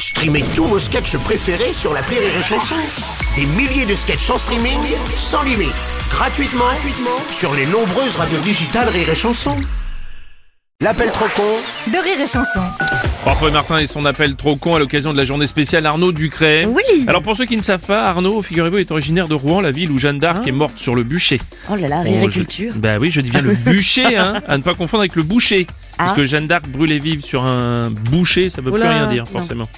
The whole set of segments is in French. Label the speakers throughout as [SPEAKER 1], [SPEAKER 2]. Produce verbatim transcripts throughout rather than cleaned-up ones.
[SPEAKER 1] Streamez tous vos sketchs préférés sur l'appli Rire et Chanson. Des milliers de sketchs en streaming, sans limite, gratuitement, gratuitement sur les nombreuses radios digitales Rire et Chanson. L'appel trop con
[SPEAKER 2] de Rire et Chanson.
[SPEAKER 3] Parfois Martin et son appel trop con à l'occasion de la journée spéciale Arnaud Ducret.
[SPEAKER 2] Oui.
[SPEAKER 3] Alors pour ceux qui ne savent pas, Arnaud, figurez-vous, est originaire de Rouen, la ville où Jeanne d'Arc
[SPEAKER 2] Ah.
[SPEAKER 3] est morte sur le bûcher.
[SPEAKER 2] Oh là là,
[SPEAKER 3] Bon,
[SPEAKER 2] Rire et
[SPEAKER 3] je-
[SPEAKER 2] Culture.
[SPEAKER 3] Bah oui, je dis bien le bûcher, hein, à ne pas confondre avec le boucher. Parce
[SPEAKER 2] Ah.
[SPEAKER 3] que Jeanne d'Arc brûlée vive sur un bûcher, ça veut
[SPEAKER 2] Oula,
[SPEAKER 3] plus rien dire,
[SPEAKER 2] non.
[SPEAKER 3] forcément.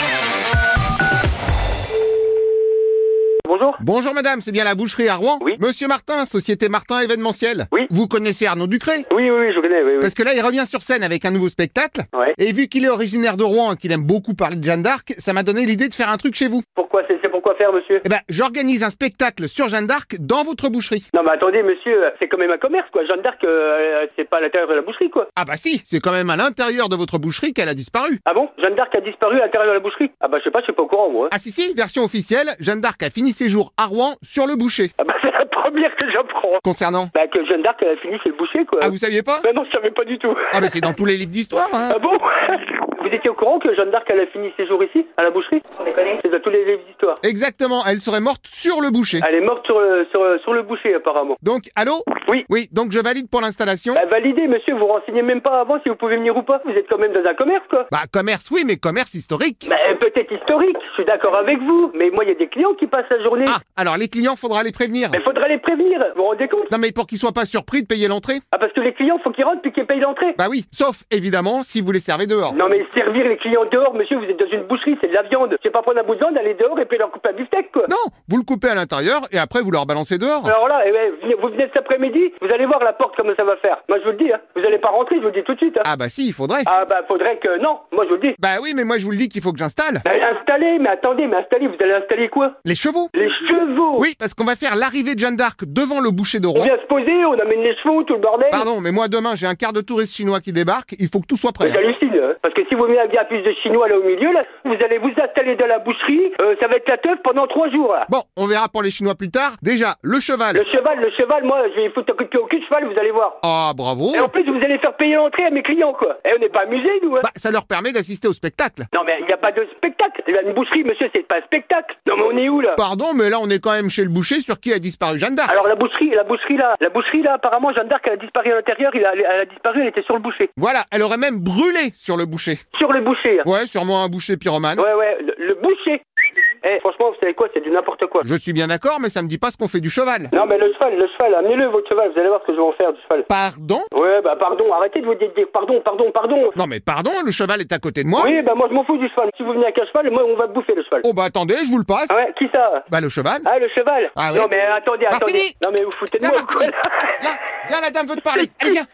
[SPEAKER 4] Bonjour.
[SPEAKER 5] Bonjour madame, c'est bien la boucherie à Rouen?
[SPEAKER 4] Oui.
[SPEAKER 5] Monsieur Martin, Société Martin événementiel.
[SPEAKER 4] Oui.
[SPEAKER 5] Vous connaissez Arnaud Ducret?
[SPEAKER 4] Oui, oui, oui, je connais, oui, oui.
[SPEAKER 5] Parce que là, il revient sur scène avec un nouveau spectacle.
[SPEAKER 4] Ouais.
[SPEAKER 5] Et vu qu'il est originaire de Rouen et qu'il aime beaucoup parler de Jeanne d'Arc, ça m'a donné l'idée de faire un truc chez vous.
[SPEAKER 4] Pourquoi c'est, c'est pourquoi faire, monsieur?
[SPEAKER 5] Eh ben, j'organise un spectacle sur Jeanne d'Arc dans votre boucherie.
[SPEAKER 4] Non, mais attendez, monsieur, euh, c'est quand même un commerce, quoi. Jeanne d'Arc, euh, euh, c'est pas à l'intérieur de la boucherie, quoi.
[SPEAKER 5] Ah bah si, c'est quand même à l'intérieur de votre boucherie qu'elle a disparu.
[SPEAKER 4] Ah bon? Jeanne d'Arc a disparu à l'intérieur de la boucherie? Ah bah, je sais pas, je suis pas au courant, moi.
[SPEAKER 5] Ah si si, version officielle, Jeanne d'Arc a fini ses jours à Rouen sur le boucher.
[SPEAKER 4] Ah bah, c'est la première que j'apprends.
[SPEAKER 5] Concernant?
[SPEAKER 4] Bah, que Jeanne d'Arc, elle a fini chez le boucher, quoi.
[SPEAKER 5] Ah vous saviez pas?
[SPEAKER 4] Bah non, je savais pas du tout.
[SPEAKER 5] Ah bah c'est dans tous les livres d'histoire, hein.
[SPEAKER 4] Ah bon? Vous étiez au courant que Jeanne d'Arc, elle a fini ses jours ici, à la boucherie? On déconne. C'est dans tous les livres d'histoire.
[SPEAKER 5] Exactement, elle serait morte sur le boucher.
[SPEAKER 4] Elle est morte sur le, sur, sur le boucher, apparemment.
[SPEAKER 5] Donc, allô?
[SPEAKER 4] Oui.
[SPEAKER 5] Oui, donc je valide pour l'installation.
[SPEAKER 4] Bah, validez, monsieur, vous renseignez même pas avant si vous pouvez venir ou pas. Vous êtes quand même dans un commerce, quoi.
[SPEAKER 5] Bah commerce oui, mais commerce historique.
[SPEAKER 4] Bah, peut-être historique, je suis d'accord avec vous, mais moi, il y a des clients qui passent la journée.
[SPEAKER 5] Ah, alors les clients, faudra les prévenir.
[SPEAKER 4] Mais faudrait les prévenir, vous vous rendez compte?
[SPEAKER 5] Non mais pour qu'ils soient pas surpris de payer l'entrée.
[SPEAKER 4] Ah, parce que les clients, faut qu'ils rentrent puis qu'ils payent l'entrée.
[SPEAKER 5] Bah oui, sauf évidemment si vous les servez dehors.
[SPEAKER 4] Non, mais servir les clients dehors, monsieur, vous êtes dans une boucherie, c'est de la viande. Je sais pas prendre un bout de viande, aller dehors et puis leur couper un beefsteak, quoi.
[SPEAKER 5] Non, vous le coupez à l'intérieur et après vous leur balancez dehors.
[SPEAKER 4] Alors là, eh ben, venez- vous venez cet après-midi, vous allez voir la porte comment ça va faire. Moi, je vous le dis, hein. Vous allez pas rentrer, je vous le dis tout de suite, hein.
[SPEAKER 5] Ah bah si, il faudrait.
[SPEAKER 4] Ah, bah, faudrait que, non, moi, je vous le dis.
[SPEAKER 5] Bah oui, mais moi je vous le dis qu'il faut que j'installe.
[SPEAKER 4] Bah, installez, mais attendez, mais installez, vous allez installer quoi?
[SPEAKER 5] Les chevaux.
[SPEAKER 4] Les chevaux.
[SPEAKER 5] Oui, parce qu'on va faire l'arrivée de Jeanne d'Arc devant le boucher de
[SPEAKER 4] On
[SPEAKER 5] Rouen.
[SPEAKER 4] vient se poser, on amène les chevaux, tout le bordel.
[SPEAKER 5] Pardon, mais moi demain j'ai un quart de touristes chinois qui débarque, il faut que tout soit prêt. hein.
[SPEAKER 4] J'hallucine, hein. Parce que si vous mettez un bien plus de chinois là au milieu, là, vous allez vous installer dans la boucherie, euh, ça va être la teuf pendant trois jours, là.
[SPEAKER 5] Bon, on verra pour les chinois plus tard. Déjà, le cheval.
[SPEAKER 4] Le cheval, le cheval, moi, je vais foutre un coup de pied au cul de cheval, vous allez voir.
[SPEAKER 5] Ah, bravo.
[SPEAKER 4] Et en plus, vous allez faire payer l'entrée à mes clients, quoi. Et on n'est pas amusés, nous, hein.
[SPEAKER 5] Bah, ça leur permet d'assister au spectacle.
[SPEAKER 4] Non, mais il n'y a pas de spectacle. Là, une boucherie, monsieur, c'est pas un spectacle. Non, mais on est où, là?
[SPEAKER 5] Pardon, mais là on est quand même chez le boucher sur qui a disparu Jeanne d'Arc.
[SPEAKER 4] Alors, la boucherie, la boucherie, là, la boucherie, là, apparemment, Jeanne d'Arc, elle a disparu à l'intérieur, il a- elle a disparu, elle était sur le boucher.
[SPEAKER 5] Voilà, elle aurait même brûlé sur le boucher.
[SPEAKER 4] Sur le boucher, hein.
[SPEAKER 5] Ouais, sûrement un boucher pyromane.
[SPEAKER 4] Ouais, ouais, le, le boucher. Eh, franchement, vous savez quoi, c'est du n'importe quoi.
[SPEAKER 5] Je suis bien d'accord, mais ça me dit pas ce qu'on fait du cheval.
[SPEAKER 4] Non, mais le cheval, le cheval, amenez-le, votre cheval, vous allez voir ce que je vais en faire du cheval.
[SPEAKER 5] Pardon?
[SPEAKER 4] Ouais, bah pardon, arrêtez de vous dire dire pardon, pardon, pardon.
[SPEAKER 5] Non mais pardon, le cheval est à côté de moi.
[SPEAKER 4] Oui, bah moi je m'en fous du cheval. Si vous venez avec un cheval, moi on va bouffer le cheval.
[SPEAKER 5] Oh bah attendez, je vous le passe.
[SPEAKER 4] Ah ouais, qui ça?
[SPEAKER 5] Bah le cheval.
[SPEAKER 4] Ah, le cheval.
[SPEAKER 5] Ah ouais.
[SPEAKER 4] Non, mais attendez, attendez.
[SPEAKER 5] Martini.
[SPEAKER 4] Non, mais vous foutez de
[SPEAKER 5] Viens
[SPEAKER 4] moi, quoi.
[SPEAKER 5] Martini. Viens, viens, la dame veut te parler. Allez, viens.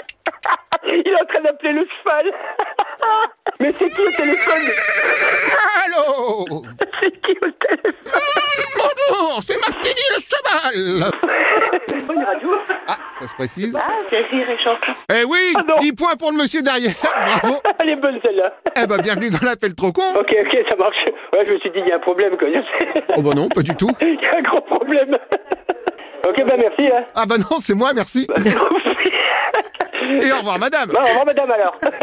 [SPEAKER 4] Il est en train d'appeler le cheval. Mais c'est qui au téléphone?
[SPEAKER 5] Allô?
[SPEAKER 4] C'est qui au téléphone?
[SPEAKER 5] Bonjour, c'est Martini le cheval.
[SPEAKER 4] Bonne radio.
[SPEAKER 5] Ah, ça se précise.
[SPEAKER 6] Ah, c'est Rire et Chanson.
[SPEAKER 5] Eh oui,
[SPEAKER 4] Ah non.
[SPEAKER 5] dix points pour le monsieur derrière. Bravo.
[SPEAKER 4] Elle est bonne celle-là.
[SPEAKER 5] Eh bah bienvenue dans l'appel trop con.
[SPEAKER 4] Ok, ok, ça marche. Ouais, je me suis dit, il y a un problème, quoi.
[SPEAKER 5] Oh bah non, pas du tout.
[SPEAKER 4] Il y a un gros problème. Ok, bah merci, hein.
[SPEAKER 5] Ah bah non, c'est moi, merci. Et au revoir madame.
[SPEAKER 4] Bah, au revoir, madame, alors.